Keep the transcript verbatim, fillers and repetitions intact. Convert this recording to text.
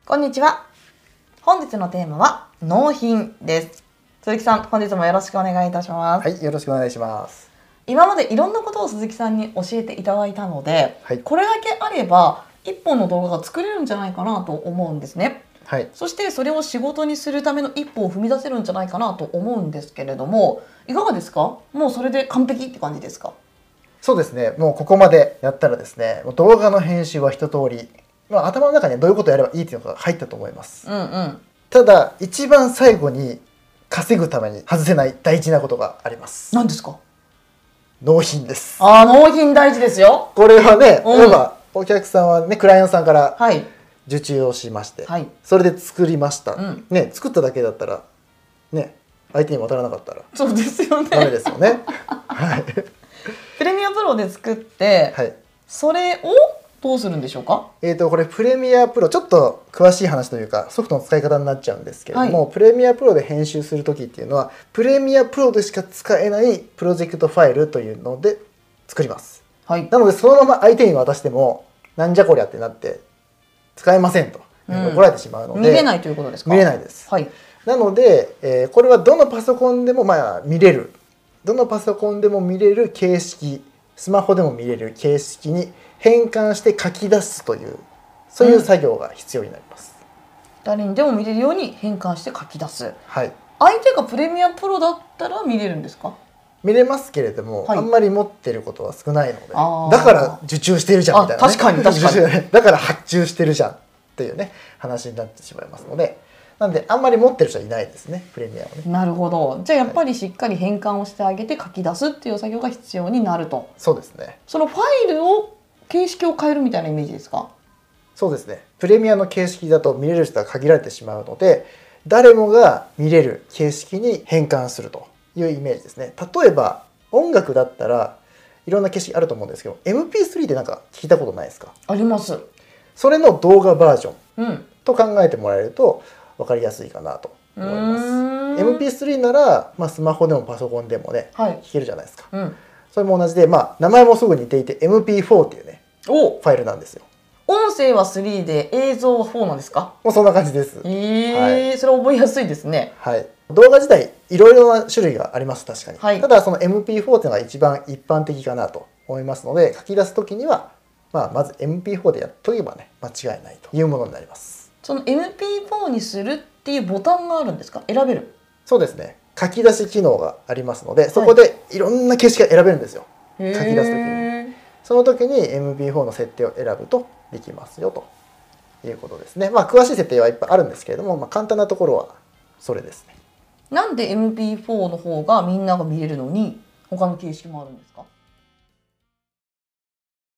こんにちは。本日のテーマは納品です。鈴木さん、本日もよろしくお願いいたします。 はい、よろしくお願いします。 今までいろんなことを鈴木さんに教えていただいたので、はい、これだけあれば一本の動画が作れるんじゃないかなと思うんですね。はい、そしてそれを仕事にするための一歩を踏み出せるんじゃないかなと思うんですけれども、いかがですか？もうそれで完璧って感じですか？ そうですね。もうここまでやったらですね、もう動画の編集は一通り、まあ、頭の中にどういうことをやればいいっていうのが入ったと思います。うんうん、ただ一番最後に稼ぐために外せない大事なことがあります。 何ですか？ 納品です。 ああ、納品大事ですよ。 これはね、例えばお客さんはね、クライアントさんから受注をしまして、はい、それで作りました、うん、ね、作っただけだったらね、相手に渡らなかったらそうですよね。 ダメですよね。はい。 プレミアプロで作って、はい、それをどうするんでしょうか？ えーとこれプレミアプロ、ちょっと詳しい話というかソフトの使い方になっちゃうんですけれども、はい、プレミアプロで編集する時っていうのはプレミアプロでしか使えないプロジェクトファイルというので作ります。はい、なのでそのまま相手に渡してもなんじゃこりゃってなって使えませんと、うん、怒られてしまうので見れないということですか？ 見れないです。はい、なので、えー、これはどのパソコンでもまあ見れる、どのパソコンでも見れる形式、スマホでも見れる形式に変換して書き出すというそういう作業が必要になります。うん、 誰にでも見れるように変換して書き出す。はい。相手がプレミアプロだったら見れるんですか？ 見れますけれども、はい、あんまり持ってることは少ないので、だから受注してるじゃんみたいな、ね、 確かに確かにだから発注してるじゃんっていうね話になってしまいますので、なんであんまり持ってる人はいないですね、プレミアをね。 なるほど。じゃあやっぱりしっかり変換をしてあげて書き出すっていう作業が必要になると。 そうですね。 そのファイルを形式を変えるみたいなイメージですか？ そうですね。プレミアの形式だと見れる人は限られてしまうので、誰もが見れる形式に変換するというイメージですね。例えば音楽だったらいろんな形式あると思うんですけど、 エムピースリー ってなんか聞いたことないですか？ あります。 それの動画バージョンと考えてもらえると分かりやすいかなと思います。エムピースリー なら、まあ、スマホでもパソコンでもね、はい、聞けるじゃないですか。うん、それも同じで、まあ、名前もすぐ似ていて エムピーフォー っていうねファイルなんですよ。 音声はスリーで映像はフォーなんですか？ もうそんな感じです。 えー、はい、それ覚えやすいですね。 はい。動画自体いろいろな種類があります、確かに。はい、ただその エムピーフォー っていうのが一番一般的かなと思いますので、書き出す時には、まあ、まず エムピーフォー でやっとけばね間違いないというものになります。 その エムピーフォー にするっていうボタンがあるんですか？選べる？ そうですね。書き出し機能がありますので、そこでいろんな形式が選べるんですよ。はい、書き出す時に。その時に エムピーフォー の設定を選ぶとできますよということですね。まあ詳しい設定はいっぱいあるんですけれども、まあ、簡単なところはそれですね。 なんで エムピーフォー の方がみんなが見れるのに他の形式もあるんですか？